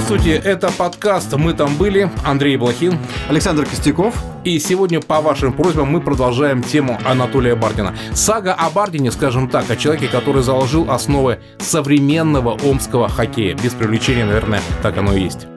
Здравствуйте, это подкаст «Мы там были». Андрей Блохин. Александр Костяков. И сегодня, по вашим просьбам, мы продолжаем тему Анатолия Бардина. Сага о Бардине, скажем так, о человеке, который заложил основы современного омского хоккея. Без привлечения, наверное, так оно и есть.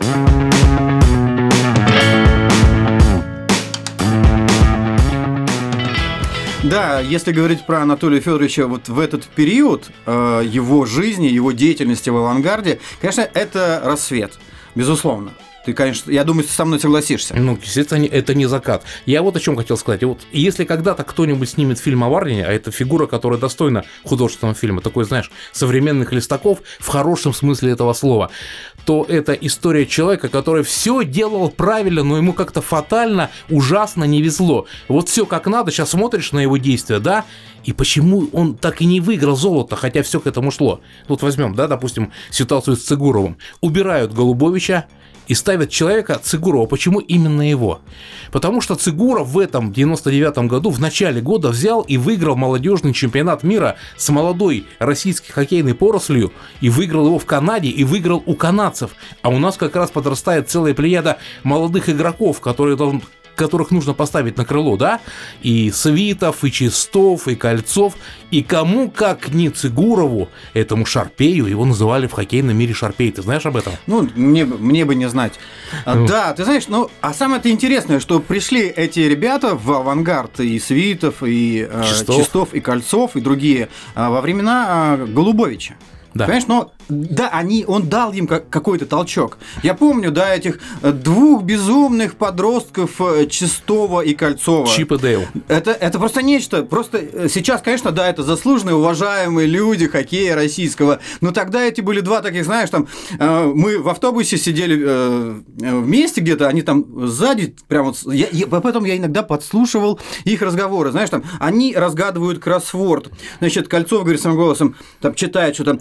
Да, если говорить про Анатолия Федоровича вот в этот период его жизни, его деятельности в авангарде, конечно, это рассвет, безусловно. Ты, конечно, я думаю, ты со мной согласишься. Ну, естественно, это не закат. Я вот о чем хотел сказать. Вот если когда-то кто-нибудь снимет фильм о Бардине, а это фигура, которая достойна художественного фильма, такой, знаешь, современных листаков в хорошем смысле этого слова, то это история человека, который все делал правильно, но ему как-то фатально, ужасно не везло. Вот все как надо, сейчас смотришь на его действия, да, и почему он так и не выиграл золото, хотя все к этому шло. Вот возьмем, да, допустим, ситуацию с Цигуровым. Убирают Голубовича и ставят человека Цигурова. Почему именно его? Потому что Цигуров в этом 99-м году, в начале года, взял и выиграл молодежный чемпионат мира с молодой российской хоккейной порослью, и выиграл его в Канаде, и выиграл у канадцев. А у нас как раз подрастает целая плеяда молодых игроков, которых нужно поставить на крыло, да? И Свитов, и Чистов, и Кольцов. И кому, как не Цигурову, этому Шарпею, его называли в хоккейном мире Шарпей. Ты знаешь об этом? Ну, мне бы не знать. Да, ты знаешь, а самое-то интересное, что пришли эти ребята в авангард, и Свитов, и Чистов, и Кольцов, и другие, во времена Голубовича. Да. Понимаешь, но да, он дал им какой-то толчок. Я помню, да, этих двух безумных подростков Чистова и Кольцова. Чип и Дейл. Это просто нечто. Просто сейчас, конечно, да, это заслуженные, уважаемые люди хоккея российского. Но тогда эти были два таких, знаешь, там, мы в автобусе сидели вместе где-то, они там сзади, прям вот, потом я иногда подслушивал их разговоры, знаешь, там, они разгадывают кроссворд. Значит, Кольцов говорит своим голосом, там, читает что-то.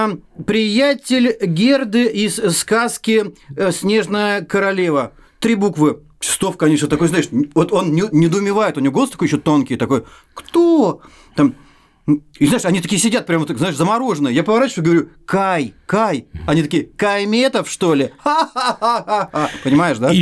Приятель Герды из сказки «Снежная королева». 3 буквы. Чистов, конечно, такой, знаешь, вот он недоумевает, у него голос такой еще тонкий, такой, кто? Там, и знаешь, они такие сидят прямо, знаешь, замороженные. Я поворачиваюсь и говорю, Кай. Они такие, Кайметов, что ли? Ха-ха-ха-ха. Понимаешь, да?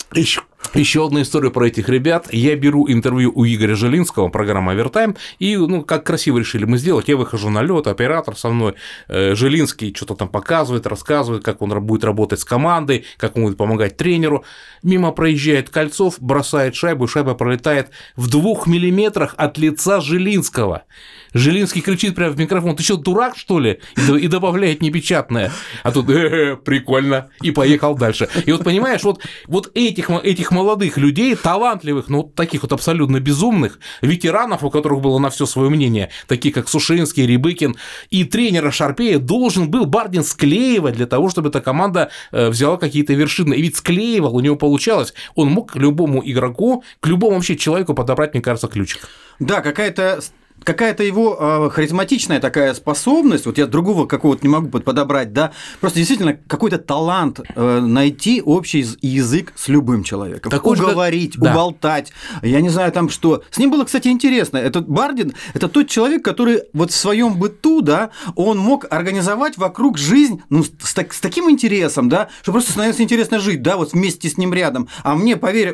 Еще одна история про этих ребят. Я беру интервью у Игоря Жилинского, программа «Овертайм», и, как красиво решили мы сделать, я выхожу на лед, оператор со мной, Жилинский что-то там показывает, рассказывает, как он будет работать с командой, как он будет помогать тренеру. Мимо проезжает Кольцов, бросает шайбу, и шайба пролетает в 2 миллиметрах от лица Жилинского. Жилинский кричит прямо в микрофон: ты что, дурак, что ли? И добавляет непечатное. А тут прикольно. И поехал дальше. И вот понимаешь, вот этих молодых людей, талантливых, но таких вот абсолютно безумных, ветеранов, у которых было на все свое мнение, такие как Сушинский, Рябыкин, и тренера Шарпея должен был Бардин склеивать для того, чтобы эта команда взяла какие-то вершины. И ведь склеивал, у него получалось. Он мог к любому игроку, к любому вообще человеку подобрать, мне кажется, ключик. Да, какая-то его харизматичная такая способность, вот я другого какого-то не могу подобрать, да, просто действительно какой-то талант найти общий язык с любым человеком, уговорить, уболтать, я не знаю там что. С ним было, кстати, интересно. Этот Бардин – это тот человек, который вот в своем быту, да, он мог организовать вокруг жизнь, с таким интересом, да, что просто становится интересно жить, да, вот вместе с ним рядом. А мне, поверь,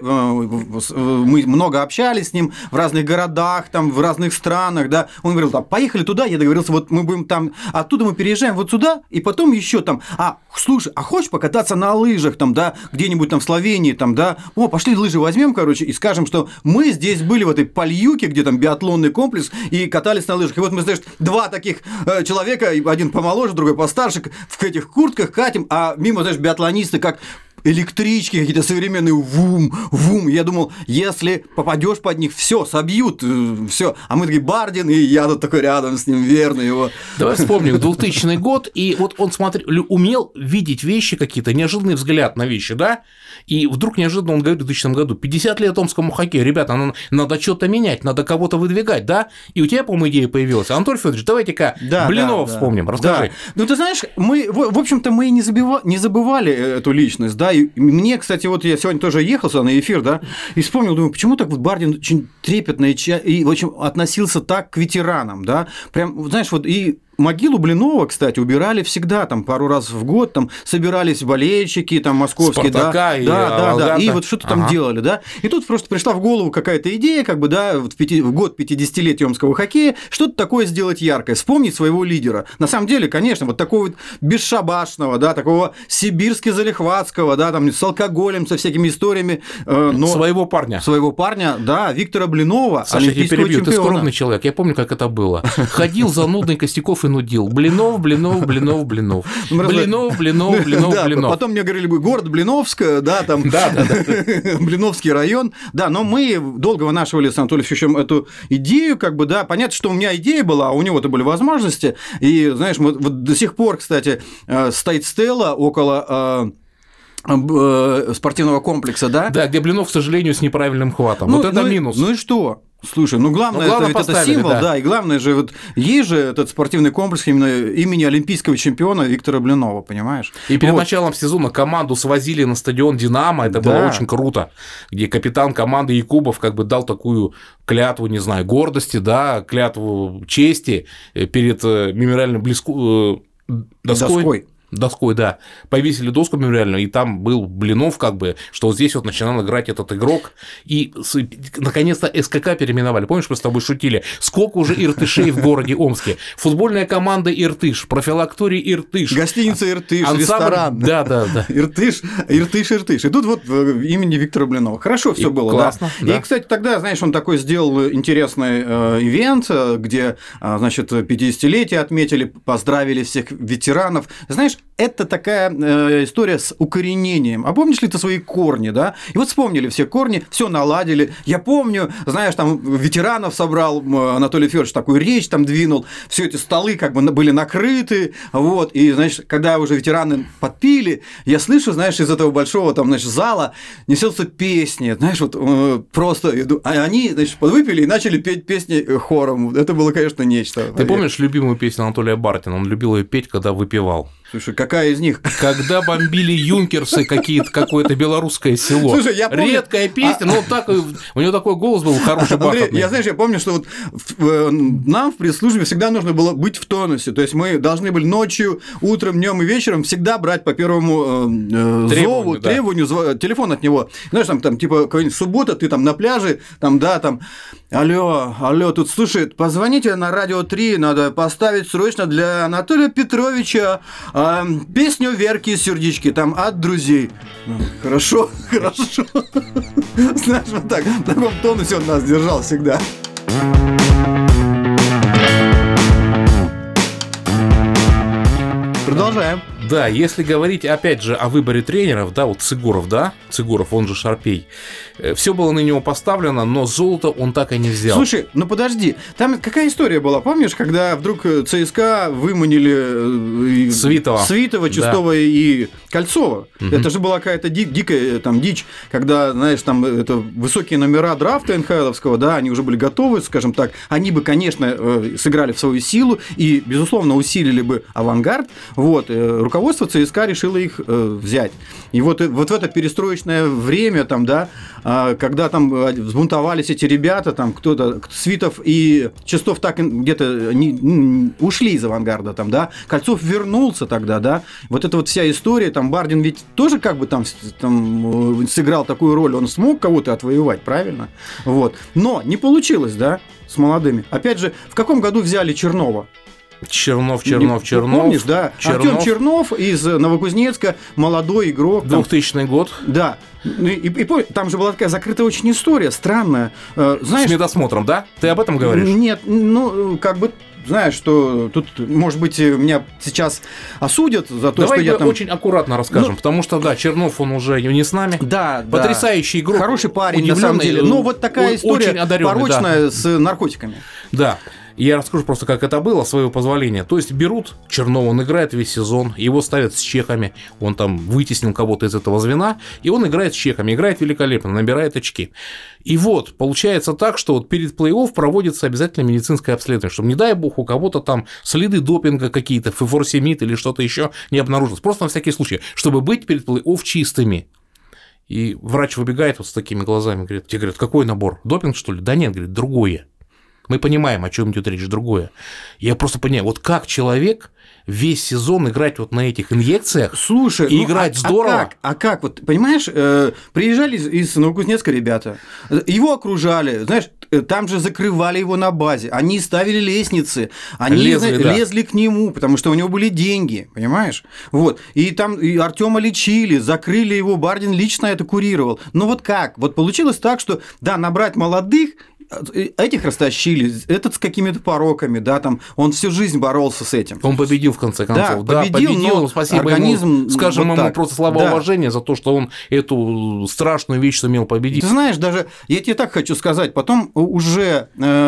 мы много общались с ним в разных городах, там, в разных странах, да, он говорил, поехали туда, я договорился, вот мы будем там, оттуда мы переезжаем вот сюда, и потом еще там, слушай, хочешь покататься на лыжах там, да, где-нибудь там в Словении, там, да, пошли лыжи возьмем, короче, и скажем, что мы здесь были в этой Пальюке, где там биатлонный комплекс, и катались на лыжах, и вот мы, знаешь, 2 таких человека, один помоложе, другой постарше, в этих куртках катим, а мимо, знаешь, биатлонисты, как электрички какие-то современные, вум. Я думал, если попадешь под них, все, собьют, все. А мы такие, Бардин, и я тут такой рядом с ним, верно его. Давай вспомним 2000 год, и вот он умел видеть вещи какие-то, неожиданный взгляд на вещи, да? И вдруг неожиданно он говорит в 2000 году: 50 лет омскому хоккею, ребята, надо что-то менять, надо кого-то выдвигать, да? И у тебя, по-моему, идея появилась. Анатолий Федорович, давайте-ка Блинова вспомним, расскажи. Да. Ну, ты знаешь, в общем-то, мы и не забывали эту личность, да, и мне, кстати, вот я сегодня тоже ехал сюда на эфир, да, и вспомнил, думаю, почему так вот Бардин очень трепетно и в общем, относился так к ветеранам, да, прям, знаешь, вот и могилу Блинова, кстати, убирали всегда, там, пару раз в год, там, собирались болельщики, там, московские, Спартака и да, и Авангарда. вот что-то там делали, да. И тут просто пришла в голову какая-то идея, как бы, да, в год 50-летия омского хоккея, что-то такое сделать яркое, вспомнить своего лидера. На самом деле, конечно, вот такого вот бесшабашного, да, такого сибирски-залихватского, да, там, с алкоголем, со всякими историями, но... Своего парня, да, Виктора Блинова, Саша, я тебя олимпийского перебью, ты чемпиона. скромный человек, я помню, как это было. Ходил занудный Костяков и нудил. Блинов. Да, потом мне говорили, город Блиновск, да, там, Блиновский район, да, но мы долго вынашивали с Анатолием Ильичем эту идею, как бы, да, понятно, что у меня идея была, а у него-то были возможности, и, знаешь, вот до сих пор, кстати, стоит стела около спортивного комплекса, да? Да, где Блинов, к сожалению, с неправильным хватом. Вот это минус. Ну и что? Слушай, главное это символ, да, и главное же, вот есть же этот спортивный комплекс именно имени олимпийского чемпиона Виктора Блинова, понимаешь? И перед началом сезона команду свозили на стадион «Динамо», это было очень круто, где капитан команды Якубов как бы дал такую клятву, не знаю, гордости, да, клятву чести перед мемориальным доской, да, повесили доску мемориальную, и там был Блинов, как бы, что вот здесь вот начинал играть этот игрок, и наконец-то СКК переименовали. Помнишь, мы с тобой шутили, сколько уже Иртышей в городе Омске? Футбольная команда Иртыш, профилакторий Иртыш. Гостиница Иртыш, ансамбль... ресторан. Да. Иртыш. И тут вот имени Виктора Блинова. Хорошо все было, классно, да. И, кстати, тогда, знаешь, он такой сделал интересный ивент, где, значит, 50-летие отметили, поздравили всех ветеранов. Знаешь, это такая история с укоренением. А помнишь ли ты свои корни, да? И вот вспомнили все корни, все наладили. Я помню, знаешь, там ветеранов собрал Анатолий Федорович, такую речь там двинул, все эти столы как бы были накрыты, вот, и, знаешь, когда уже ветераны подпили, я слышу, знаешь, из этого большого там, значит, зала несется песни, знаешь, вот просто, а они, значит, подвыпили и начали петь песни хором. Это было, конечно, нечто. Ты помнишь любимую песню Анатолия Бартина? Он любил ее петь, когда выпивал. Слушай, какая из них? Когда бомбили юнкерсы какое-то белорусское село. Слушай, я помню... Редкая песня, но так, у него такой голос был хороший, бархатный. Андрей, я помню, что вот нам в пресс-службе всегда нужно было быть в тонусе. То есть мы должны были ночью, утром, днем и вечером всегда брать по первому зову, требованию, телефон от него. Знаешь, там типа какая-нибудь суббота, ты там на пляже, там, да, там, алло, тут, слушай, позвоните на Радио 3, надо поставить срочно для Анатолия Петровича песню Верки «Сердечки», там, от друзей. Хорошо. Знаешь, вот так, в таком тонусе он нас держал всегда. Продолжаем. Да, если говорить, опять же, о выборе тренеров, да, вот Цигуров, он же Шарпей, все было на него поставлено, но золото он так и не взял. Слушай, подожди, там какая история была, помнишь, когда вдруг ЦСКА выманили Свитова, Чистова и Кольцова? Угу. Это же была какая-то дикая там дичь, когда, знаешь, там это высокие номера драфта НХЛовского, да, они уже были готовы, скажем так, они бы, конечно, сыграли в свою силу и, безусловно, усилили бы «Авангард», вот, руководство ЦСКА решило их взять. И вот в это перестроечное время, там, да, когда там взбунтовались эти ребята, там кто-то, Свитов и Чистов так где-то ушли из «Авангарда», там, да, Кольцов вернулся тогда, да, вот эта вот вся история, там, Бардин ведь тоже как бы там сыграл такую роль, он смог кого-то отвоевать, правильно? Вот. Но не получилось, да, с молодыми. Опять же, в каком году взяли Чернова? Чернов. Помнишь, да? Артём Чернов из Новокузнецка, молодой игрок. 2000 год. Да. И там же была такая закрытая очень история, странная. Знаешь, с медосмотром, да? Ты об этом говоришь? Нет, как бы... Знаешь, что тут, может быть, меня сейчас осудят за то, что я там... Давай очень аккуратно расскажем, потому что, да, Чернов, он уже не с нами. Да, потрясающий игрок. Хороший парень, на самом деле. Но вот такая история порочная, да, с наркотиками. Да. Я расскажу просто, как это было, своего позволения. То есть берут Чернова, он играет весь сезон, его ставят с чехами, он там вытеснил кого-то из этого звена, и он играет с чехами, играет великолепно, набирает очки. И вот, получается так, что вот перед плей-офф проводится обязательно медицинское обследование, чтобы, не дай бог, у кого-то там следы допинга какие-то, фуросемид или что-то еще не обнаружилось. Просто на всякий случай, чтобы быть перед плей-офф чистыми. И врач выбегает вот с такими глазами, говорит, тебе говорят, какой набор? Допинг, что ли? Да нет, говорит, другое. Мы понимаем, о чем идет речь, другое. Я просто понимаю, вот как человек весь сезон играть вот на этих инъекциях. Слушай, и играть здорово. А как? Вот, понимаешь, приезжали из Новокузнецка ребята, его окружали, знаешь, там же закрывали его на базе, они ставили лестницы, они лезли к нему, потому что у него были деньги, понимаешь? Вот. И там и Артема лечили, закрыли его, Бардин лично это курировал. Но вот как? Вот получилось так, что, да, набрать молодых, этих растащили, этот с какими-то пороками, да, там, он всю жизнь боролся с этим. Он победил в конце концов. Да, победил, спасибо ему, скажем вот ему просто слова уважения за то, что он эту страшную вещь сумел победить. Ты знаешь, даже, я тебе так хочу сказать, потом уже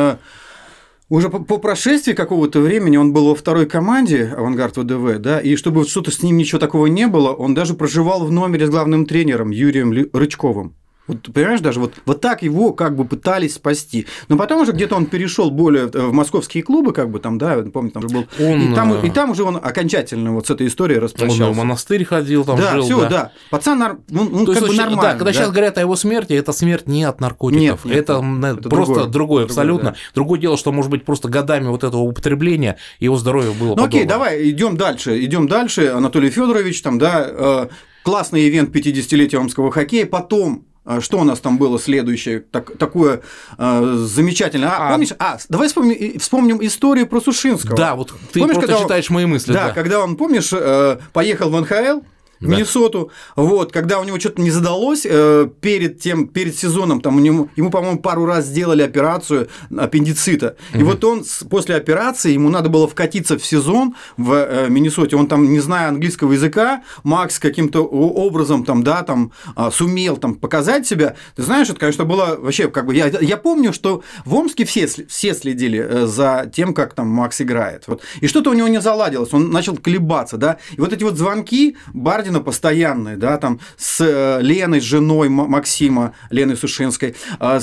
по прошествии какого-то времени он был во второй команде «Авангард ВДВ», да, и чтобы что-то с ним ничего такого не было, он даже проживал в номере с главным тренером Юрием Рычковым. Вот, понимаешь, даже вот так его как бы пытались спасти. Но потом уже где-то он перешел более в московские клубы, как бы там, да, помню, там же был. И там уже он окончательно вот с этой историей распрощался. Он в монастырь ходил, там жил. Всё, да. Пацан, он как бы нормальный. Да, когда сейчас говорят о его смерти, это смерть не от наркотиков. Нет, это просто другое абсолютно. Да. Другое дело, что, может быть, просто годами вот этого употребления его здоровье было подобно. Окей, давай, идем дальше. Анатолий Федорович, там, да, классный ивент 50-летия омского хоккея, потом. Что у нас там было следующее, такое замечательное? Помнишь? Давай вспомним историю про Сушинского. Да, вот ты помнишь, просто читаешь мои мысли. Да, когда он, помнишь, поехал в НХЛ, в Миннесоту, вот, когда у него что-то не задалось перед сезоном, там ему, по-моему, пару раз сделали операцию аппендицита, и вот он после операции, ему надо было вкатиться в сезон в Миннесоте, он там, не зная английского языка, Макс каким-то образом там, да, там сумел там показать себя, ты знаешь, это, конечно, было вообще, как бы, я помню, что в Омске все следили за тем, как там Макс играет, вот, и что-то у него не заладилось, он начал колебаться, да, и вот эти вот звонки Бардина постоянные, да, там с Леной, с женой Максима, Леной Сушинской,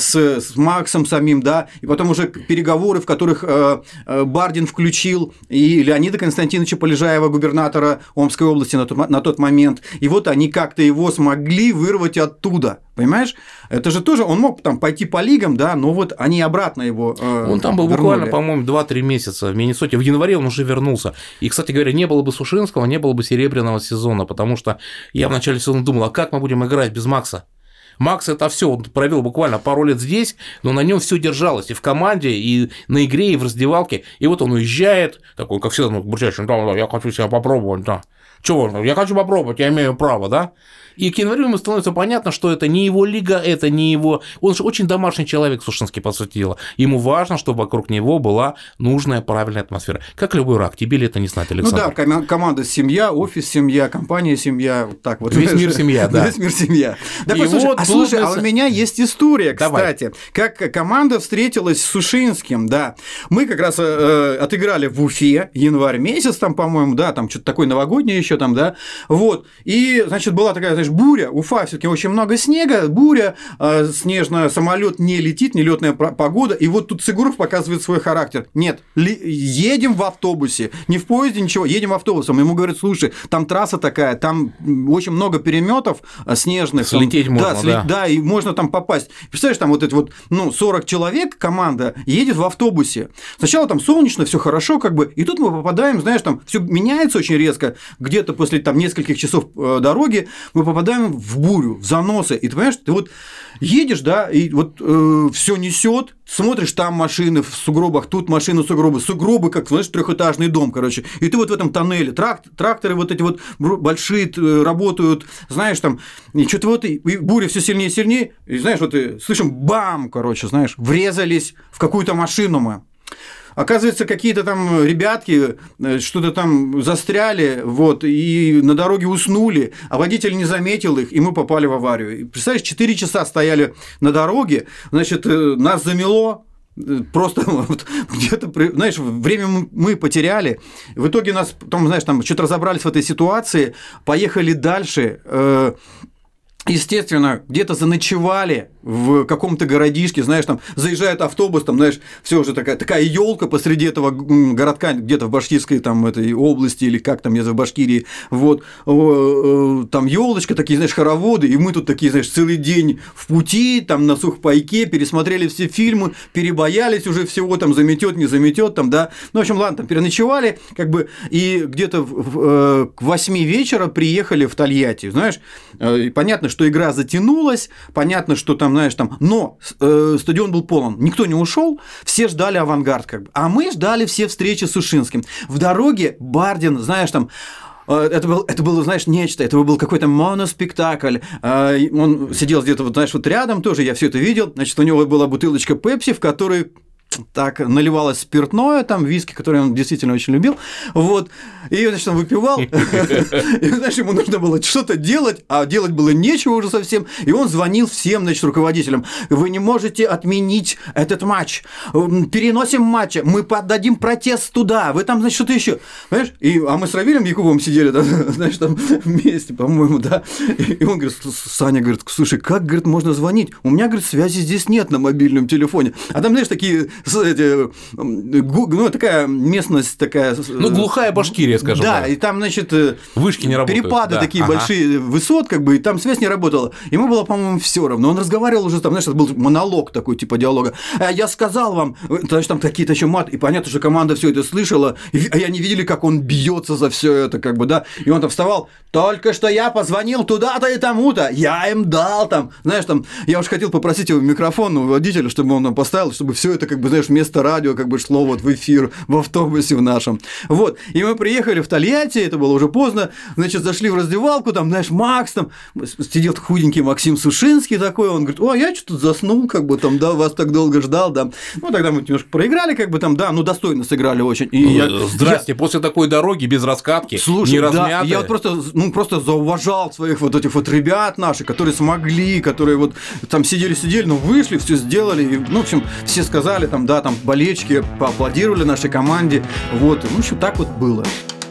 с Максом самим, да, и потом уже переговоры, в которых Бардин включил и Леонида Константиновича Полежаева, губернатора Омской области на тот момент, и вот они как-то его смогли вырвать оттуда. Понимаешь? Это же тоже, он мог там пойти по лигам, да, но вот они обратно его он там был буквально, по-моему, 2-3 месяца в Миннесоте. В январе он уже вернулся. И, кстати говоря, не было бы Сушинского, не было бы серебряного сезона, потому что я в начале сезона думал, а как мы будем играть без Макса? Макс это все, он провел буквально пару лет здесь, но на нем все держалось и в команде, и на игре, и в раздевалке. И вот он уезжает, такой, как всегда, бурчащий, да, я хочу себя попробовать, да. Чего? Я хочу попробовать, я имею право, да? И к январю ему становится понятно, что это не его лига, это не его... Он же очень домашний человек, Сушинский, по сути дела. Ему важно, чтобы вокруг него была нужная, правильная атмосфера. Как любой рак, тебе ли это не знать, Александр? Ну да, команда семья, офис семья, компания семья, вот так вот. Весь мир семья, да. Весь мир семья. Да, слушай, а у меня есть история, кстати, как команда встретилась с Сушинским, да. Мы как раз отыграли в Уфе январь месяц, там, по-моему, да, там что-то такое новогоднее еще там, да, вот. И, значит, была такая, знаешь, буря, Уфа все-таки очень много снега, буря, снежная, самолет не летит, нелетная погода, и вот тут Цигуров показывает свой характер. Нет, едем в автобусе, не в поезде, ничего, едем автобусом. Ему говорят, слушай, там трасса такая, там очень много переметов снежных. Слететь там, можно, да. Да, и можно там попасть. Представляешь, там вот эти вот, 40 человек, команда, едет в автобусе. Сначала там солнечно, все хорошо, как бы, и тут мы попадаем, знаешь, там все меняется очень резко, где-то после там нескольких часов дороги мы попадаем в бурю, в заносы, и ты понимаешь, ты вот едешь, да, и вот все несет, смотришь, там машины в сугробах, тут машины сугробы, как, знаешь, трехэтажный дом, короче, и ты вот в этом тоннеле, тракторы вот эти вот большие работают, знаешь, там, и что-то вот, и буря все сильнее и сильнее, и знаешь, вот и слышим, бам, короче, знаешь, врезались в какую-то машину мы. Оказывается, какие-то там ребятки что-то там застряли, вот, и на дороге уснули, а водитель не заметил их, и мы попали в аварию. И, представляешь, 4 часа стояли на дороге, значит, нас замело, просто вот, где-то, знаешь, время мы потеряли, в итоге нас, потом, знаешь, там что-то разобрались в этой ситуации, поехали дальше, естественно, где-то заночевали, в каком-то городишке, знаешь, там заезжает автобус, там, знаешь, все уже такая елка посреди этого городка, где-то в башкирской там этой области или как там, я в Башкирии, вот, там елочка, такие, знаешь, хороводы, и мы тут такие, знаешь, целый день в пути, там на сухпайке, пересмотрели все фильмы, перебоялись уже всего, там заметет, не заметет, там, да, ну, в общем, ладно, там переночевали, как бы, и где-то к 8 вечера приехали в Тольятти, знаешь, понятно, что игра затянулась, понятно, что там, знаешь, там, но стадион был полон, никто не ушел, все ждали «Авангард», как бы, а мы ждали все встречи с Сушинским. В дороге Бардин, знаешь, там, это было, знаешь, нечто, это был какой-то моноспектакль, он сидел где-то, вот, знаешь, вот рядом тоже, я все это видел, значит, у него была бутылочка пепси, в которой так наливалось спиртное, там виски, который он действительно очень любил, вот, и, значит, он выпивал, и, знаешь, ему нужно было что-то делать, а делать было нечего уже совсем, и он звонил всем, значит, руководителям: вы не можете отменить этот матч, переносим матч, мы подадим протест туда, вы там, значит, что-то еще, понимаешь, а мы с Равилем Якубовым сидели, да, знаешь, там вместе, по-моему, да, и он говорит: Саня, говорит, слушай, как, говорит, можно звонить, у меня, говорит, связи здесь нет на мобильном телефоне, а там, знаешь, такие ну, такая местность такая... Ну, глухая Башкирия, скажем так. Да, и там, значит, вышки не работают. Перепады такие большие высот, как бы, и там связь не работала. Ему было, по-моему, все равно. Он разговаривал уже, там, знаешь, это был монолог такой, типа диалога. Я сказал вам, значит, там какие-то еще мат, и понятно, что команда все это слышала, а я не видели, как он бьется за все это, как бы, да. И он там вставал: только что я позвонил туда-то и тому-то, я им дал там. Знаешь, там, я уж хотел попросить его микрофон у водителя, чтобы он нам поставил, чтобы все это, как бы, знаешь, вместо радио как бы шло вот в эфир в автобусе в нашем. Вот. И мы приехали в Тольятти, это было уже поздно, значит, зашли в раздевалку, там, знаешь, Макс, там, сидел худенький Максим Сушинский такой, он говорит: о, я что-то заснул, как бы, там, да, вас так долго ждал, да. Ну, тогда мы немножко проиграли, как бы, там, да, ну, достойно сыграли очень. И Здрасте, после такой дороги, без раскатки, слушай, не размятые. Да, я вот просто зауважал своих вот этих вот ребят наших, которые смогли, которые вот там сидели, но вышли, все сделали, и, ну, в общем, все сказали, там, да, там, болельщики поаплодировали нашей команде, вот, ну, в общем, так вот было.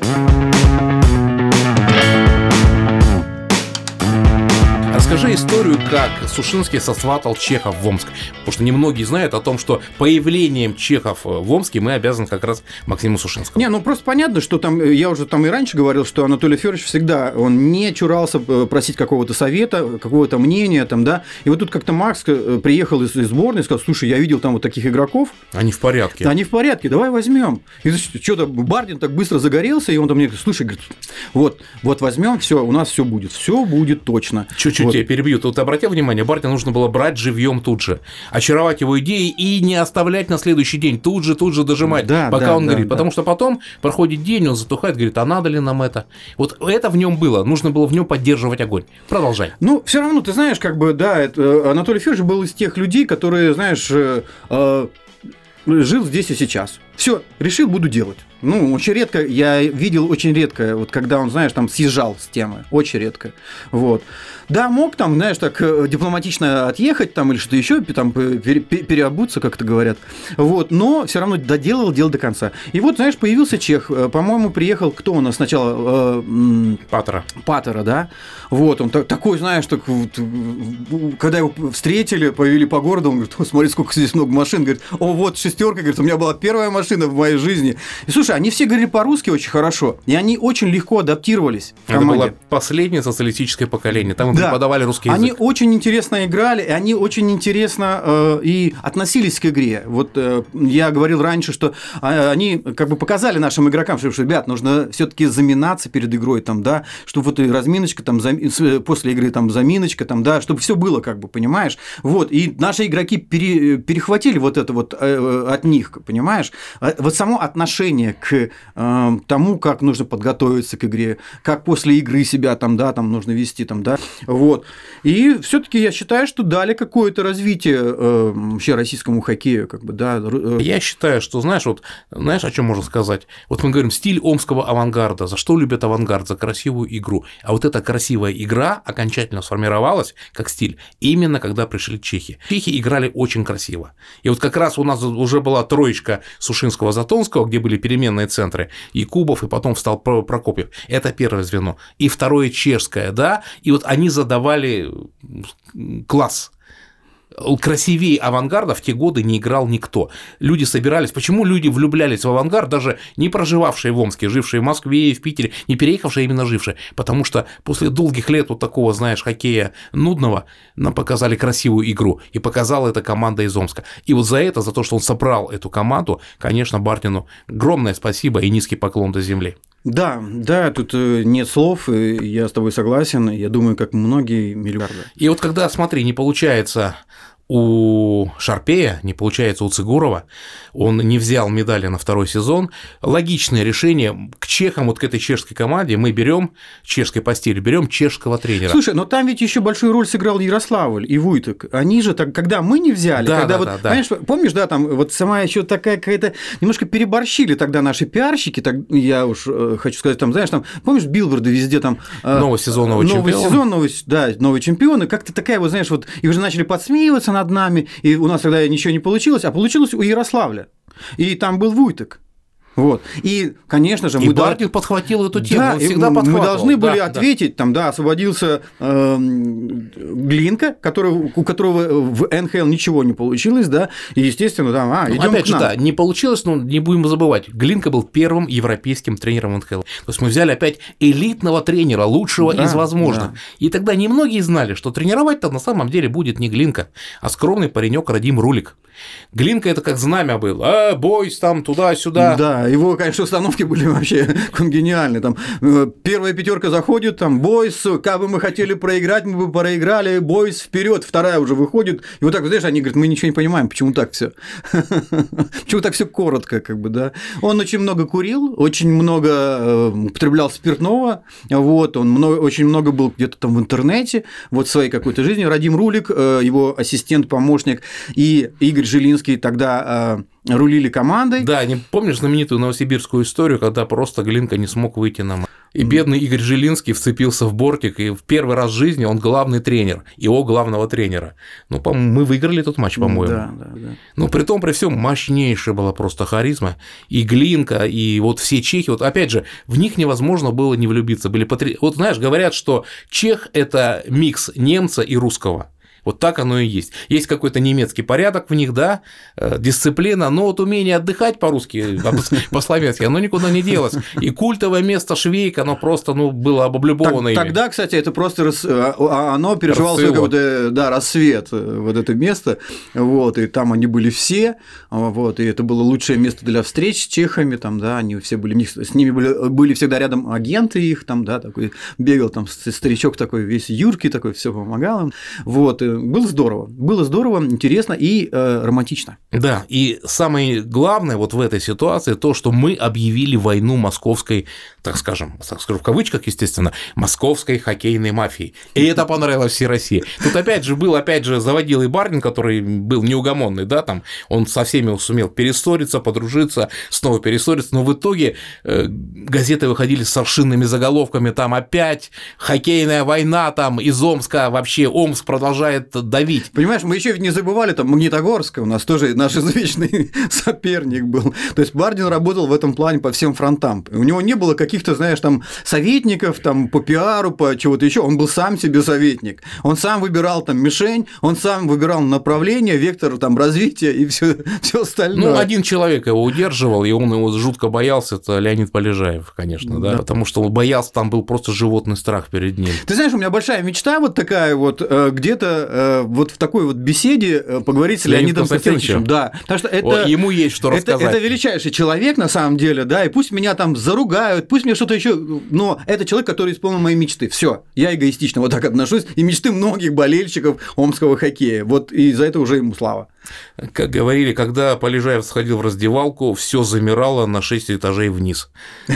Расскажи историю, как Сушинский сосватал чехов в Омск. Потому что немногие знают о том, что появлением чехов в Омске мы обязаны как раз Максиму Сушинскому. Не, ну просто понятно, что там, я уже там и раньше говорил, что Анатолий Федорович всегда, он не чурался просить какого-то совета, какого-то мнения, там, да. И вот тут как-то Макс приехал из сборной и сказал: слушай, я видел там вот таких игроков. Они в порядке. Они в порядке, давай возьмем. И что-то Бардин так быстро загорелся, и он там мне говорит: слушай, говорит, вот возьмем, все, у нас все будет точно. Чуть-чуть вот. Я перебью. Тут обратил внимание, Бардина нужно было брать живьем тут же, очаровать его идеи и не оставлять на следующий день, тут же дожимать, пока он горит. Потому что потом проходит день, он затухает, говорит: а надо ли нам это? Вот это в нем было, нужно было в нем поддерживать огонь. Продолжай. Ну, все равно, ты знаешь, как бы, да, Анатолий Федорович был из тех людей, которые, знаешь, жил здесь и сейчас. Все, решил, буду делать. Ну, очень редко, я видел очень редко, вот когда он, знаешь, там съезжал с темы, очень редко. Вот. Да, мог там, знаешь, так дипломатично отъехать там или что-то еще, там переобуться, как это говорят. Вот, но все равно доделал дело до конца. И вот, знаешь, появился чех, по-моему, приехал, кто у нас сначала? Паттера, да? Вот, он такой, знаешь, так, вот, когда его встретили, повели по городу, он говорит: о, смотри, сколько здесь много машин, говорит: о, вот шестерка, говорит, у меня была первая машина в моей жизни. И слушай, они все говорили по-русски очень хорошо, и они очень легко адаптировались в команде. Это было последнее социалистическое поколение, там им преподавали русский язык. Они очень интересно играли, и они очень интересно и относились к игре. Вот я говорил раньше, что они как бы показали нашим игрокам, что, ребят, нужно все-таки заминаться перед игрой, там, да, чтобы вот и разминочка, там, после игры там заминочка, там, да, чтобы все было, как бы, понимаешь. Вот, и наши игроки перехватили вот это вот от них, понимаешь. Вот само отношение к тому, как нужно подготовиться к игре, как после игры себя там, да, там нужно вести, там, да, вот. И все-таки я считаю, что дали какое-то развитие вообще российскому хоккею, как бы, да. Я считаю, что, знаешь, вот, знаешь, о чем можно сказать? Вот мы говорим, стиль омского авангарда. За что любят авангард? За красивую игру. А вот эта красивая игра окончательно сформировалась как стиль именно когда пришли чехи. Чехи играли очень красиво. И вот как раз у нас уже была троечка Сушинского-Затонского, где были переменные центры, и Кубов, и потом встал Прокопьев. Это первое звено. И второе чешское, да, и вот они задавали класс. красивее «Авангарда» в те годы не играл никто. Люди собирались. Почему люди влюблялись в «Авангард», даже не проживавшие в Омске, жившие в Москве и в Питере, не переехавшие, а именно жившие? Потому что после долгих лет вот такого, знаешь, хоккея нудного нам показали красивую игру. И показала эта команда из Омска. И вот за то, что он собрал эту команду, конечно, Бардину огромное спасибо и низкий поклон до земли. Да, тут нет слов, я с тобой согласен, я думаю, как многие миллиарды. И вот когда, смотри, не получается у Шарпея, не получается у Цигурова, он не взял медали на второй сезон, логичное решение к чехам, вот к этой чешской команде мы берем, чешской постели, берем чешского тренера. Слушай, но там ведь еще большую роль сыграл Ярославль и Вуйтек. Они же, когда мы не взяли, понимаешь, помнишь, да, там вот сама еще такая какая-то, немножко переборщили тогда наши пиарщики, я уж хочу сказать, там, знаешь, там, помнишь, билборды везде там… Новый сезон, новый чемпион. Новый чемпион, и как-то такая, вот, знаешь, вот, и уже начали подсмеиваться над нами, и у нас тогда ничего не получилось, а получилось у Ярославля. И там был Вуйтек. Вот. И, конечно же, Бардин подхватил эту тему, да, он всегда подхватывал. Мы должны были ответить, там, освободился Глинка, у которого в НХЛ ничего не получилось, да, и, естественно, там, идем опять к нам. же, не получилось, но не будем забывать, Глинка был первым европейским тренером НХЛ. То есть мы взяли опять элитного тренера, лучшего из возможных. Да. И тогда немногие знали, что тренировать-то на самом деле будет не Глинка, а скромный паренек Радим Рулик. Глинка это как знамя был, бойс там туда-сюда. Да, его, конечно, установки были вообще гениальные. Там первая пятерка заходит, там бойс, как бы мы хотели проиграть, мы бы проиграли, бойс вперед, вторая уже выходит. И вот так, знаешь, они говорят, мы ничего не понимаем, почему так все, почему так все коротко, как бы, да. Он очень много курил, очень много употреблял спиртного, вот, он очень много был где-то там в интернете, вот в своей какой-то жизни. Радим Рулик, его ассистент, помощник, и Игорь Жилинский тогда рулили командой. Да, не помнишь знаменитую новосибирскую историю, когда просто Глинка не смог выйти на матч? И бедный Игорь Жилинский вцепился в бортик, и в первый раз в жизни он главный тренер, его главного тренера. Ну, мы выиграли этот матч, по-моему. Да. Но при том, при всем, мощнейшая была просто харизма. И Глинка, и вот все чехи, вот опять же, в них невозможно было не влюбиться. Вот знаешь, говорят, что чех – это микс немца и русского. Вот так оно и есть. Есть какой-то немецкий порядок в них, да, дисциплина, но вот умение отдыхать по-русски, по-славянски, оно никуда не делось. И культовое место Швейк, оно просто, было облюбовано ими. Тогда, кстати, это просто оно переживало свой какой-то, рассвет, вот это место, вот, и там они были все, вот, и это было лучшее место для встреч с чехами, там, да, они все были, с ними были всегда рядом агенты их, там, да, такой бегал там старичок такой, весь юркий такой, все помогал им, вот. Было здорово, интересно и романтично. Да, и самое главное вот в этой ситуации то, что мы объявили войну московской, так скажем, в кавычках, естественно, московской хоккейной мафии. И это понравилось всей России. Тут опять же заводил и Бардин, который был неугомонный, да, там он со всеми сумел перессориться, подружиться, снова перессориться, но в итоге газеты выходили с аршинными заголовками, там опять хоккейная война, там из Омска, вообще Омск продолжает давить. Понимаешь, мы еще не забывали, там Магнитогорск у нас тоже наш извечный соперник был. То есть Бардин работал в этом плане по всем фронтам. У него не было каких-то, знаешь, там советников там по пиару, по чего-то еще. Он был сам себе советник. Он сам выбирал там мишень, он сам выбирал направление, вектор там развития и все остальное. Ну, один человек его удерживал, и он его жутко боялся, это Леонид Полежаев, конечно, да, потому что он боялся, там был просто животный страх перед ним. Ты знаешь, у меня большая мечта вот такая вот, где-то вот в такой вот беседе поговорить с Леонидом Константиновичем. Да, потому что это, ему есть что рассказать. Это величайший человек на самом деле, да, и пусть меня там заругают, пусть мне что-то еще, но это человек, который исполнил мои мечты. Все, я эгоистично вот так отношусь, и мечты многих болельщиков омского хоккея. Вот и за это уже ему слава. Как говорили, когда Полежаев сходил в раздевалку, все замирало на 6 этажей вниз.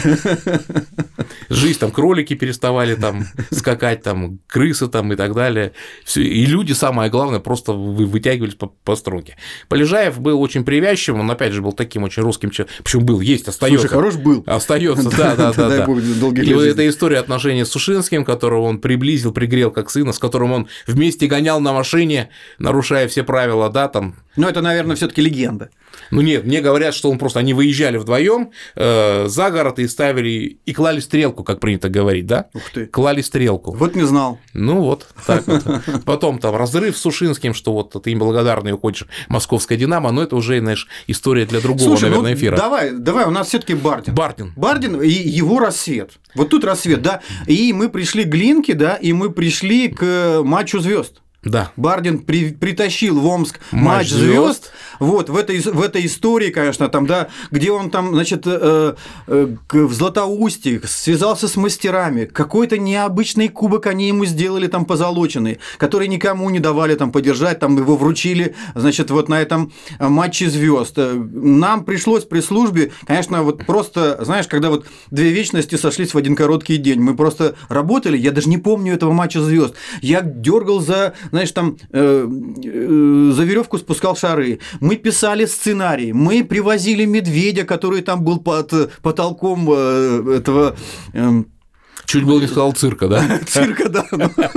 Жизнь, там кролики переставали там скакать, там крысы там и так далее. И люди, самое главное, просто вытягивались по струнке. Полежаев был очень привязчивым, он опять же был таким очень русским человеком. Почему есть, остается. Слушай, хорош был. Остается, да. И вот эта история отношений с Сушинским, которого он приблизил, пригрел как сына, с которым он вместе гонял на машине, нарушая все правила, да, там там... Ну, это, наверное, все-таки легенда. Ну нет, мне говорят, что он просто, они выезжали вдвоем за город и ставили, и клали стрелку, как принято говорить, да? Ух ты. Клали стрелку. Вот не знал. Ну вот, так вот. Потом там разрыв с Сушинским, что вот ты им благодарный уходишь, московская «Динамо», но это уже, знаешь, история для другого, Слушай, наверное, эфира. Давай, у нас все-таки Бардин. Бардин и его рассвет. Вот тут рассвет, да. И мы пришли к Глинке, да, и мы пришли к матчу звезд. Да. Бардин притащил в Омск матч звезд. Вот, в этой истории, конечно, там, да, где он там, значит, в Златоусте связался с мастерами, какой-то необычный кубок они ему сделали там позолоченный, который никому не давали там подержать, там его вручили, значит, вот на этом матче звезд. Нам пришлось при службе, конечно, вот просто, знаешь, когда вот две вечности сошлись в один короткий день, мы просто работали, я даже не помню этого матча звезд, я дергал за, знаешь, там за веревку спускал шары. Мы писали сценарий, мы привозили медведя, который там был под потолком этого... Чуть было не сказал цирка, да? Цирка, да.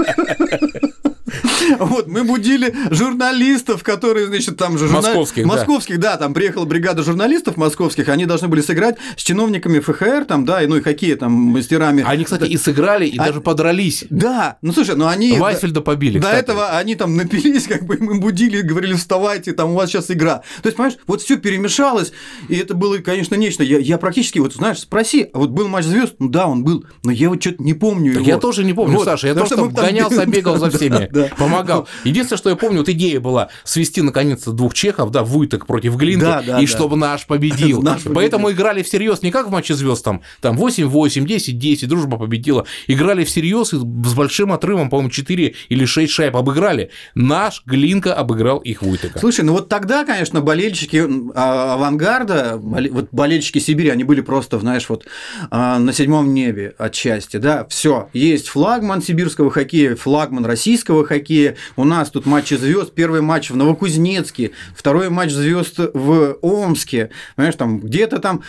Вот, мы будили журналистов, которые, значит, там же... Московских, да, там приехала бригада журналистов московских, они должны были сыграть с чиновниками ФХР, там, да, и хоккея, там, мастерами. Они, кстати, и сыграли, и даже подрались. Да, ну, слушай, ну, они... Вайсфельда побили, До этого они там напились, как бы, мы будили, говорили, вставайте, там, у вас сейчас игра. То есть, понимаешь, вот все перемешалось, и это было, конечно, нечто. Я практически, вот, знаешь, спроси, а вот был матч звезд? Ну, да, он был, но я вот что-то не помню его. Я тоже не помню, вот, Саша, я тоже там гонялся, бегал за всеми. Помогал. Единственное, что я помню, вот идея была свести наконец-то двух чехов, да, Вуйтек против Глинки, и чтобы наш победил. Поэтому играли всерьез не как в матче звезд, там 8-8, 10-10, дружба победила. Играли всерьез и с большим отрывом, по-моему, 4 или 6 шайб обыграли. Наш Глинка обыграл их Вуйтека. Слушай, ну вот тогда, конечно, болельщики «Авангарда», вот болельщики Сибири, они были просто, знаешь, вот на седьмом небе от счастья, да, все, есть флагман сибирского хоккея, флагман российского хоккея. У нас тут матчи звезд. Первый матч в Новокузнецке, второй матч звезд в Омске. Понимаешь, там где-то там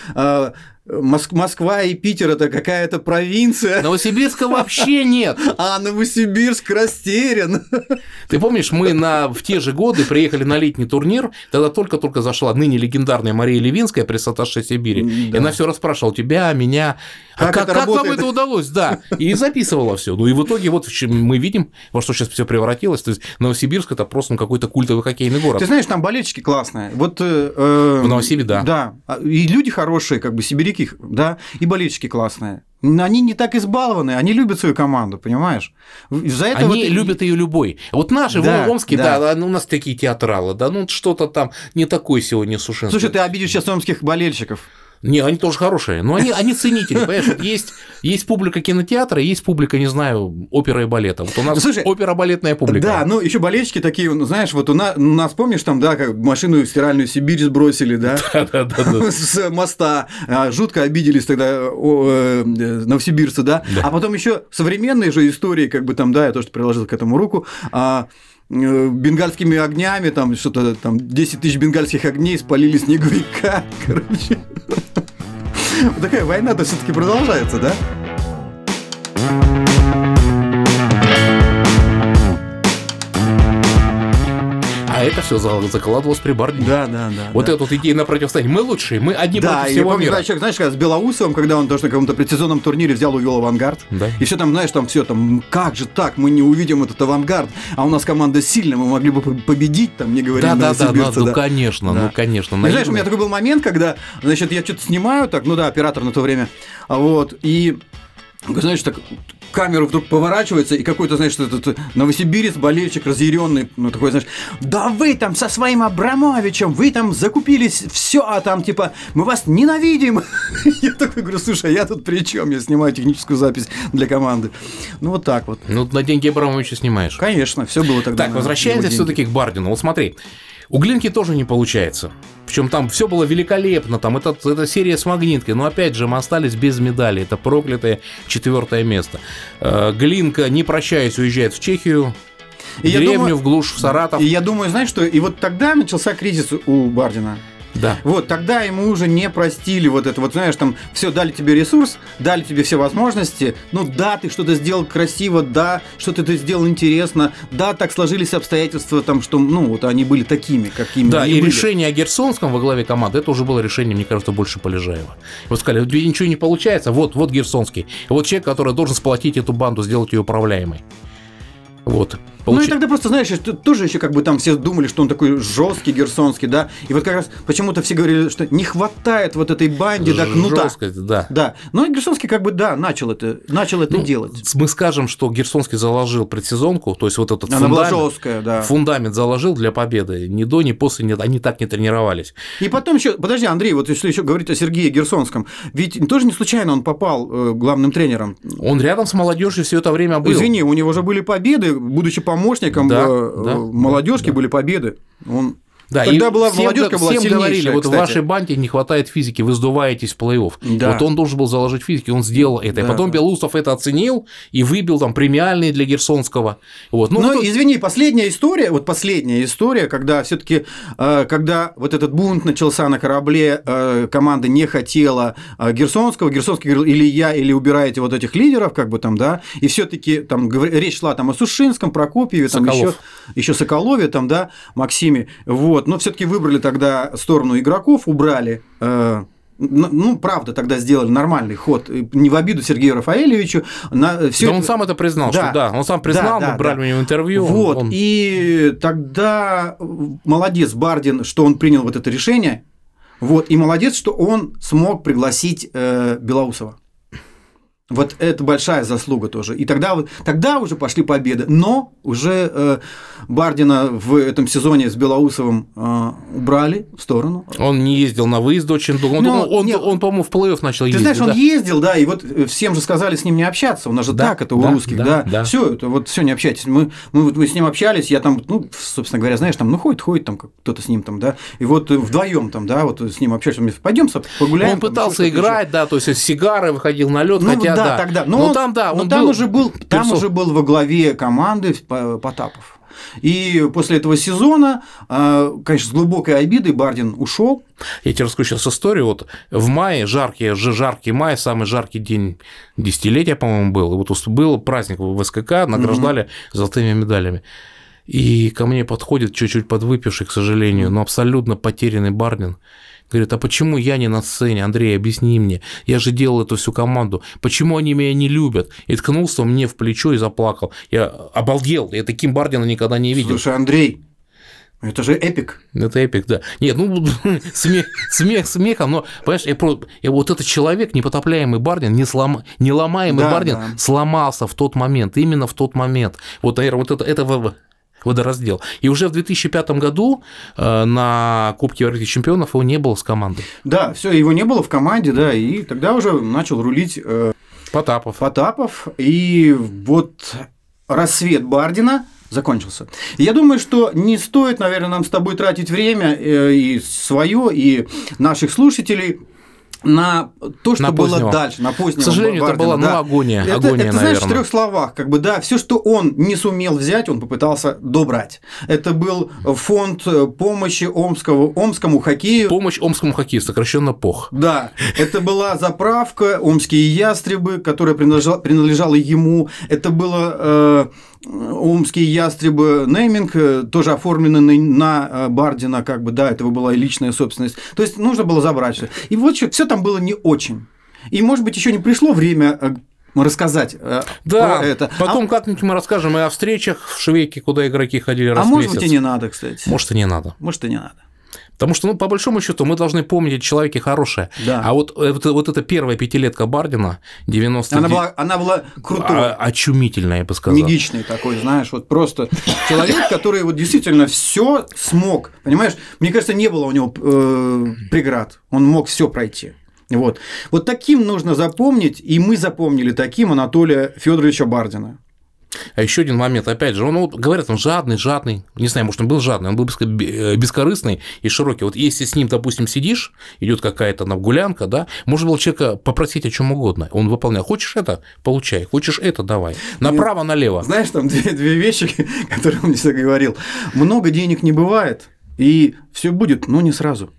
Москва и Питер – это какая-то провинция. Новосибирска вообще нет. А Новосибирск растерян. Ты помнишь, мы в те же годы приехали на летний турнир, тогда только-только зашла ныне легендарная Мария Левинская, пресс-атташе Сибири, и она все расспрашивала тебя, меня. Как вам это удалось? Да. И записывала все. Ну и в итоге вот мы видим, во что сейчас все превратилось. То есть Новосибирск – это просто какой-то культовый хоккейный город. Ты знаешь, там болельщики классные. Вот, в Новосибе, да. Да. И люди хорошие, как бы сибиряки, да, и болельщики классные. Они не так избалованы, они любят свою команду, понимаешь? Из-за этого они любят ее любой. Вот наши в Омске, да, у нас такие театралы, да, ну что-то там не такой сегодня Сушинский. Слушай, ты обидишь сейчас омских болельщиков. Не, они тоже хорошие, но они ценители, понимаешь? Вот есть публика кинотеатра, есть публика, не знаю, оперы и балета. Вот у нас опера-балетная публика. Да, ну еще болельщики такие, знаешь, вот у нас, помнишь, там, да, как машину стиральную Сибирь сбросили, да? Да. С моста. Жутко обиделись тогда новосибирцы, да? А потом еще современные же истории, как бы там, да, я тоже приложил к этому руку, бенгальскими огнями, там что-то там 10 тысяч бенгальских огней спалили снеговика, короче. Вот такая война-то все-таки продолжается, да? А это все закладывалось при Бардине. Да. Вот эту идею на противостояние. Мы лучшие, мы одни против всего мира. Да, знаешь, когда с Белоусовым, когда он тоже на каком-то предсезонном турнире взял и увел «Авангард», и все там, знаешь, там все там, как же так, мы не увидим этот «Авангард», а у нас команда сильная, мы могли бы победить, там, не говоря новосибирцы. Ну, конечно. Знаешь, у меня такой был момент, когда, значит, я что-то снимаю, так, ну да, оператор на то время, вот, и, знаешь, так... камера вдруг поворачивается, и какой-то, знаешь, этот новосибирец, болельщик разъяренный, ну такой, знаешь, да вы там со своим Абрамовичем, вы там закупились, все, а там типа мы вас ненавидим. Я такой говорю, слушай, я тут при чем? Я снимаю техническую запись для команды. Ну вот так вот. Ну на деньги Абрамовича снимаешь. Конечно, все было тогда. Так, возвращаемся все-таки к Бардину. Вот смотри. У Глинки тоже не получается. Причем там все было великолепно, там это серия с магниткой, но опять же мы остались без медали, это проклятое 4-е место. Глинка, не прощаясь, уезжает в Чехию, в деревню, в глушь, в Саратов. И я думаю, знаешь что, и вот тогда начался кризис у Бардина. Да. Вот, тогда ему уже не простили вот это, вот знаешь, там, все, дали тебе ресурс, дали тебе все возможности, ну да, ты что-то сделал красиво, да, что-то ты сделал интересно, да, так сложились обстоятельства, там, что, ну, вот они были такими, какими Да, они и были. решение о Герсонском во главе команды, это уже было решение, мне кажется, больше Полежаева. Вот сказали, у тебя ничего не получается, вот Герсонский. Вот человек, который должен сплотить эту банду, сделать ее управляемой. Вот. Ну и тогда просто, знаешь, тоже еще как бы там все думали, что он такой жесткий, Герсонский, да, и вот как раз почему-то все говорили, что не хватает вот этой банде, да, кнута. Жесткость, да. Да, но Герсонский как бы, да, начал это делать. Мы скажем, что Герсонский заложил предсезонку, то есть вот этот Она была жесткая, да. Фундамент заложил для победы. Ни до, ни после они так не тренировались. И потом еще, подожди, Андрей, вот если еще говорить о Сергее Герсонском, ведь тоже не случайно он попал главным тренером. Он рядом с молодежью все это время был. Извини, у него же были победы, будучи помощником молодежки, были победы. Да, тогда и была молодежка была сильнейшая, говорили, вот кстати. в вашей банде не хватает физики, вы сдуваетесь в плей-офф. Да. Вот он должен был заложить физики, он сделал это. Да. И потом Белоусов это оценил и выбил там премиальные для Герсонского. Вот. Ну, извини, последняя история, когда все-таки, когда вот этот бунт начался на корабле, команда не хотела Герсонского, Герсонский говорил, или я, или убираете вот этих лидеров, как бы там, да, и все-таки там речь шла там о Сушинском, Прокопьеве, там еще Соколове, там, да, Максиме, вот, но все-таки выбрали тогда сторону игроков, убрали. Ну, правда, тогда сделали нормальный ход, не в обиду Сергею Рафаэльевичу. Он сам это признал, он сам признал, мы брали у него интервью. Вот, и тогда молодец Бардин, что он принял вот это решение, вот, и молодец, что он смог пригласить Белоусова. Вот это большая заслуга тоже. И тогда уже пошли победы. Но уже Бардина в этом сезоне с Белоусовым убрали в сторону. Он не ездил на выезд очень долго. Он, по-моему, в плей-офф начал ездить. Ты знаешь, он ездил, да, и вот всем же сказали с ним не общаться. У нас же так это у русских, да. Все, это вот все не общайтесь. Мы с ним общались, я там, ну, собственно говоря, знаешь, там, ну, ходит там кто-то с ним там, да. И вот вдвоем там, да, вот с ним общались, пойдем погуляем. Он пытался играть, да, то есть с сигарой выходил на лед, хотя. Да, тогда. Но там уже был во главе команды Потапов. И после этого сезона, конечно, с глубокой обидой Бардин ушел. Я тебе расскажу сейчас историю. Вот в мае, жаркий май, самый жаркий день десятилетия, по-моему, был. И вот был праздник в СКК, награждали золотыми медалями. И ко мне подходит чуть-чуть подвыпивший, к сожалению, но абсолютно потерянный Бардин. Говорит, а почему я не на сцене, Андрей, объясни мне, я же делал эту всю команду, почему они меня не любят? И ткнулся мне в плечо и заплакал. Я обалдел, я таким Бардина никогда не видел. Слушай, Андрей, это же эпик. Это эпик, да. Нет, ну, смех смехом, но, понимаешь, вот этот человек, непотопляемый Бардин, неломаемый Бардин, сломался в тот момент, именно в тот момент. Вот, наверное, вот это водораздел. И уже в 2005 году на Кубке Европейских чемпионов его не было с командой. Да, все, его не было в команде, да, и тогда уже начал рулить Потапов. И вот рассвет Бардина закончился. Я думаю, что не стоит, наверное, нам с тобой тратить время и свое, и наших слушателей на то, что было дальше, на позднего. К сожалению, Бардина, это была агония. Это, наверное. знаешь, в 3 словах, как бы, да, все, что он не сумел взять, он попытался добрать. Это был фонд помощи омскому хоккею. Помощь омскому хоккею, сокращенно ПОХ. Да, это была заправка «Омские ястребы», которая принадлежала ему. Это было «Омские ястребы» нейминг, тоже оформленный на Бардина, как бы, да, это была личная собственность. То есть нужно было забрать все. И вот все там было не очень. И, может быть, еще не пришло время рассказать про это. Потом как-нибудь мы расскажем и о встречах в Швейке, куда игроки ходили раз в месяц. А может быть, и не надо, кстати. Может, и не надо. Может, и не надо. Потому что, по большому счету, мы должны помнить о человеке хорошее. Да. А вот эта первая пятилетка Бардина, 90... Она была крутой. Очумительная, я бы сказал. Мегичный такой, знаешь, вот просто человек, который вот действительно все смог. Понимаешь, мне кажется, не было у него преград. Он мог все пройти. Вот таким нужно запомнить, и мы запомнили таким Анатолия Федоровича Бардина. А еще один момент, опять же, говорят, он жадный, не знаю, может, он был жадный, он был бескорыстный и широкий. Вот если с ним, допустим, сидишь, идет какая-то гулянка, да, можно было человека попросить о чем угодно, он выполнял. Хочешь это – получай, хочешь это – давай. Направо-налево. Знаешь, там две вещи, которые он мне всегда говорил. Много денег не бывает, И все будет, но не сразу.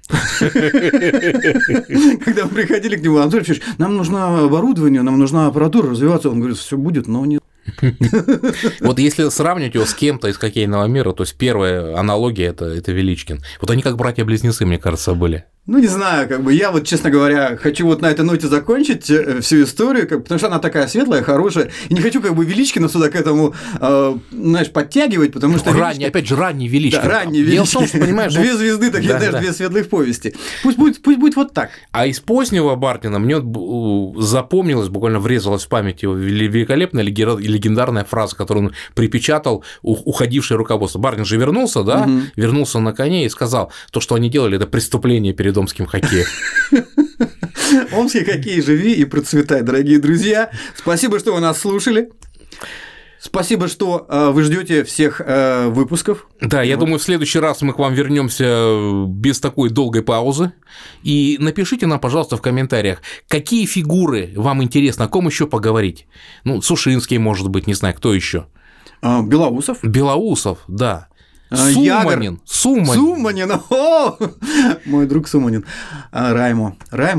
Когда мы приходили к нему, Анатолий Алексеевич, нам нужно оборудование, нам нужна аппаратура развиваться. Он говорит, все будет, но не. Вот если сравнивать его с кем-то из хоккейного мира, то есть первая аналогия это Величкин. Вот они как братья-близнецы, мне кажется, были. Ну, не знаю, как бы я вот, честно говоря, хочу вот на этой ноте закончить всю историю, потому что она такая светлая, хорошая, и не хочу как бы Величкина сюда к этому, знаешь, подтягивать, потому что... Ранний, опять же, ранний Величкин. Да, ранний Величкин. Дело в том, что, понимаешь, две звезды, такие, знаешь, две светлых повести. Пусть будет вот так. А из позднего Бардина мне запомнилось, буквально врезалась в память его великолепная легендарная фраза, которую он припечатал уходившее руководство. Бардин же вернулся, да, вернулся на коне и сказал, то, что они делали, это преступление перед омским хоккеем. Омский хоккей, живи и процветай, дорогие друзья. Спасибо, что вы нас слушали. Спасибо, что вы ждете всех выпусков. Да, я думаю, в следующий раз мы к вам вернемся без такой долгой паузы. И напишите нам, пожалуйста, в комментариях, какие фигуры вам интересно, о ком еще поговорить. Ну, Сушинский, может быть, не знаю, кто еще. Белоусов. Белоусов, да. Суманин. Суманин. О! Мой друг Суманин. Раймо.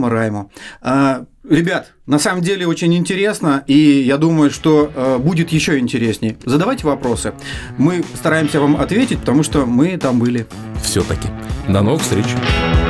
Ребят, на самом деле очень интересно, и я думаю, что будет еще интереснее. Задавайте вопросы. Мы стараемся вам ответить, потому что мы там были. Все-таки. До новых встреч.